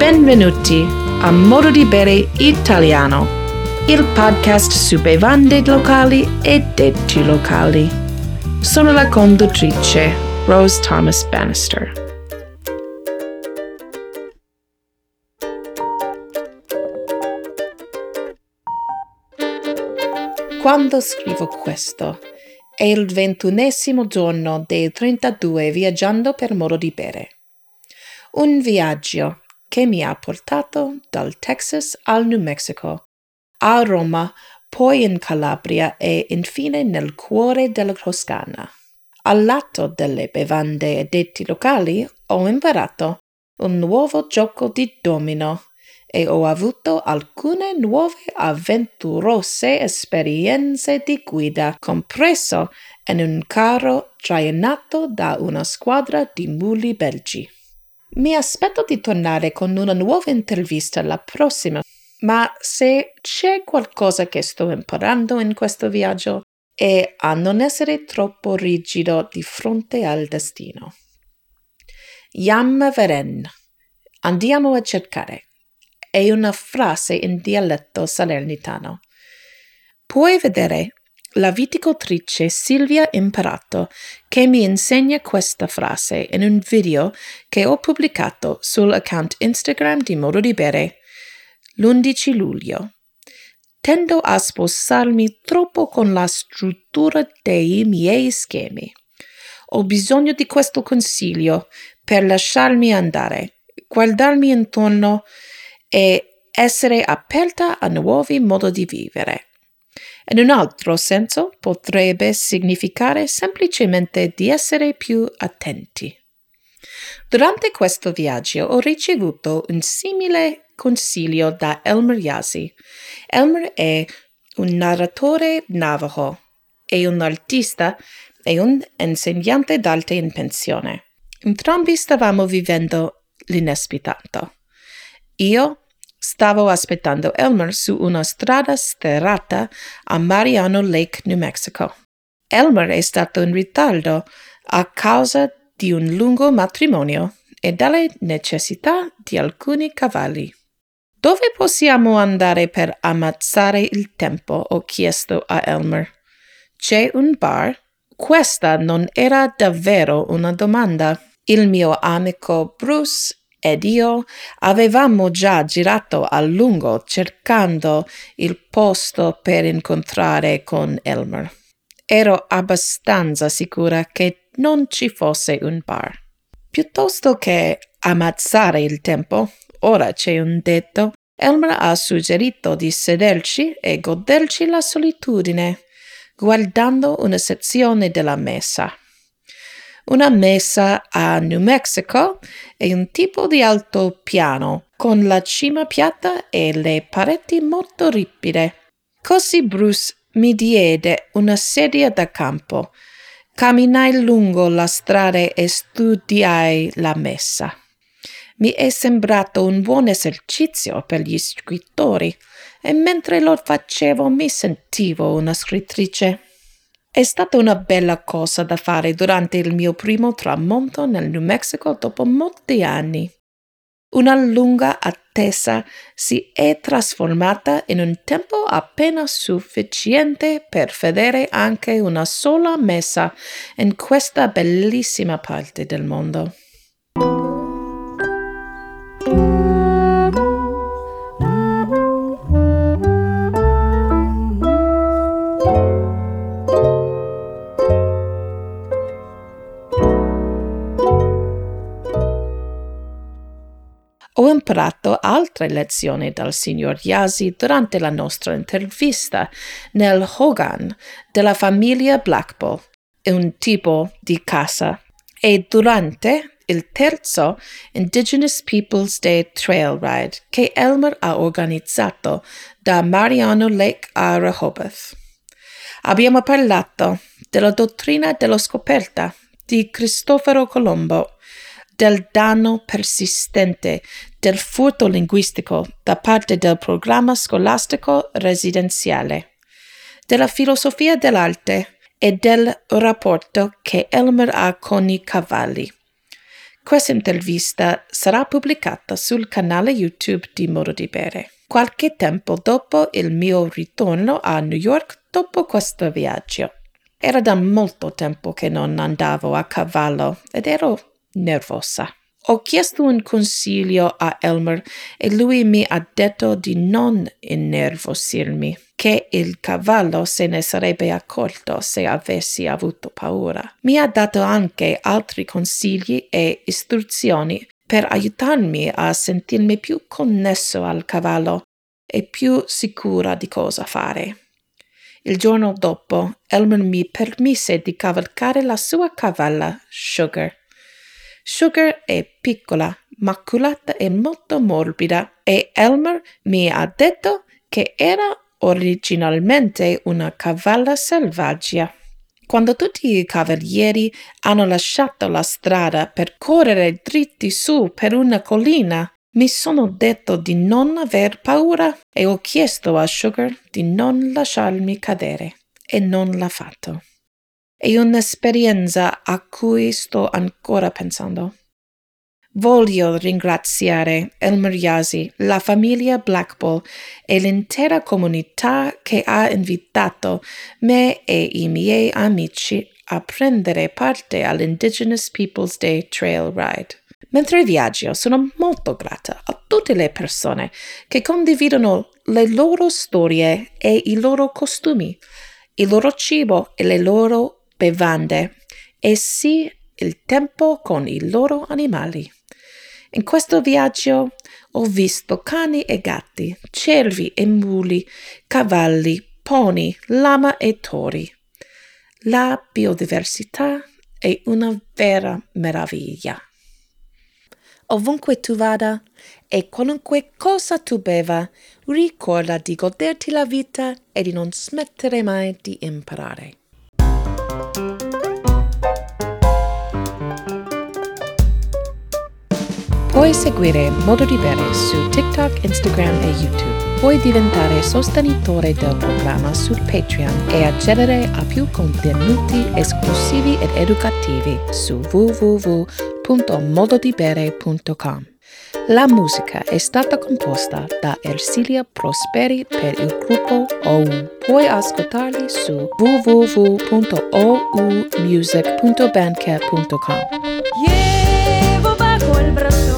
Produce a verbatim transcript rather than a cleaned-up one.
Benvenuti a Modo di Bere Italiano, il podcast su bevande locali e detti locali. Sono la conduttrice Rose Thomas Bannister. Quando scrivo questo, è il ventunesimo giorno dei trentadue viaggiando per Modo di Bere. Un viaggio che mi ha portato dal Texas al New Mexico, a Roma, poi in Calabria e infine nel cuore della Toscana. Al lato delle bevande e detti locali ho imparato un nuovo gioco di domino e ho avuto alcune nuove avventurose esperienze di guida, compreso in un carro trainato da una squadra di muli belgi. Mi aspetto di tornare con una nuova intervista la prossima, ma se c'è qualcosa che sto imparando in questo viaggio è a non essere troppo rigido di fronte al destino. Jam veren. Andiamo a cercare. È una frase in dialetto salernitano. Puoi vedere la viticoltrice Silvia Imparato che mi insegna questa frase in un video che ho pubblicato sull'account Instagram di Modo di Bere l'undici luglio. Tendo a sposarmi troppo con la struttura dei miei schemi. Ho bisogno di questo consiglio per lasciarmi andare, guardarmi intorno e essere aperta a nuovi modi di vivere. In un altro senso potrebbe significare semplicemente di essere più attenti. Durante questo viaggio ho ricevuto un simile consiglio da Elmer Yazzie. Elmer è un narratore navajo, è un artista e un insegnante d'arte in pensione. Entrambi stavamo vivendo l'inaspettato. Io Stavo aspettando Elmer su una strada sterrata a Mariano Lake, New Mexico. Elmer è stato in ritardo a causa di un lungo matrimonio e dalle necessità di alcuni cavalli. Dove possiamo andare per ammazzare il tempo? Ho chiesto a Elmer. C'è un bar? Questa non era davvero una domanda. Il mio amico Bruce ed io avevamo già girato a lungo cercando il posto per incontrare con Elmer. Ero abbastanza sicura che non ci fosse un bar. Piuttosto che ammazzare il tempo, ora c'è un detto, Elmer ha suggerito di sederci e goderci la solitudine, guardando una sezione della messa. Una messa a New Mexico è un tipo di altopiano, con la cima piatta e le pareti molto ripide. Così Bruce mi diede una sedia da campo. Camminai lungo la strada e studiai la messa. Mi è sembrato un buon esercizio per gli scrittori e mentre lo facevo mi sentivo una scrittrice. È stata una bella cosa da fare durante il mio primo tramonto nel New Mexico dopo molti anni. Una lunga attesa si è trasformata in un tempo appena sufficiente per vedere anche una sola messa in questa bellissima parte del mondo. Ho imparato altre lezioni dal signor Yazzie durante la nostra intervista nel Hogan della famiglia Blackbull, un tipo di casa, e durante il terzo Indigenous Peoples Day Trail Ride che Elmer ha organizzato da Mariano Lake a Rehoboth. Abbiamo parlato della dottrina della scoperta di Cristoforo Colombo, del danno persistente del furto linguistico da parte del programma scolastico residenziale, della filosofia dell'arte e del rapporto che Elmer ha con i cavalli. Questa intervista sarà pubblicata sul canale YouTube di Modo di Bere, qualche tempo dopo il mio ritorno a New York dopo questo viaggio. Era da molto tempo che non andavo a cavallo ed ero nervosa. Ho chiesto un consiglio a Elmer e lui mi ha detto di non innervosirmi, che il cavallo se ne sarebbe accorto se avessi avuto paura. Mi ha dato anche altri consigli e istruzioni per aiutarmi a sentirmi più connesso al cavallo e più sicura di cosa fare. Il giorno dopo, Elmer mi permise di cavalcare la sua cavalla, Sugar. Sugar è piccola, maculata e molto morbida e Elmer mi ha detto che era originalmente una cavalla selvaggia. Quando tutti i cavalieri hanno lasciato la strada per correre dritti su per una collina, mi sono detto di non aver paura e ho chiesto a Sugar di non lasciarmi cadere e non l'ha fatto. È un'esperienza a cui sto ancora pensando. Voglio ringraziare Elmer Yazzie, la famiglia Black Bull e l'intera comunità che ha invitato me e i miei amici a prendere parte all'Indigenous Peoples Day Trail Ride. Mentre viaggio sono molto grata a tutte le persone che condividono le loro storie e i loro costumi, il loro cibo e le loro bevande e sì il tempo con i loro animali. In questo viaggio ho visto cani e gatti, cervi e muli, cavalli, pony, lama e tori. La biodiversità è una vera meraviglia. Ovunque tu vada e qualunque cosa tu beva, ricorda di goderti la vita e di non smettere mai di imparare. Puoi seguire Modo di Bere su TikTok, Instagram e YouTube. Puoi diventare sostenitore del programma su Patreon e accedere a più contenuti esclusivi ed educativi su w w w punto mododibere punto com. La musica è stata composta da Ersilia Prosperi per il gruppo O U. Puoi ascoltarli su w w w punto o u music punto bandcamp punto com. Llevo bajo el brazo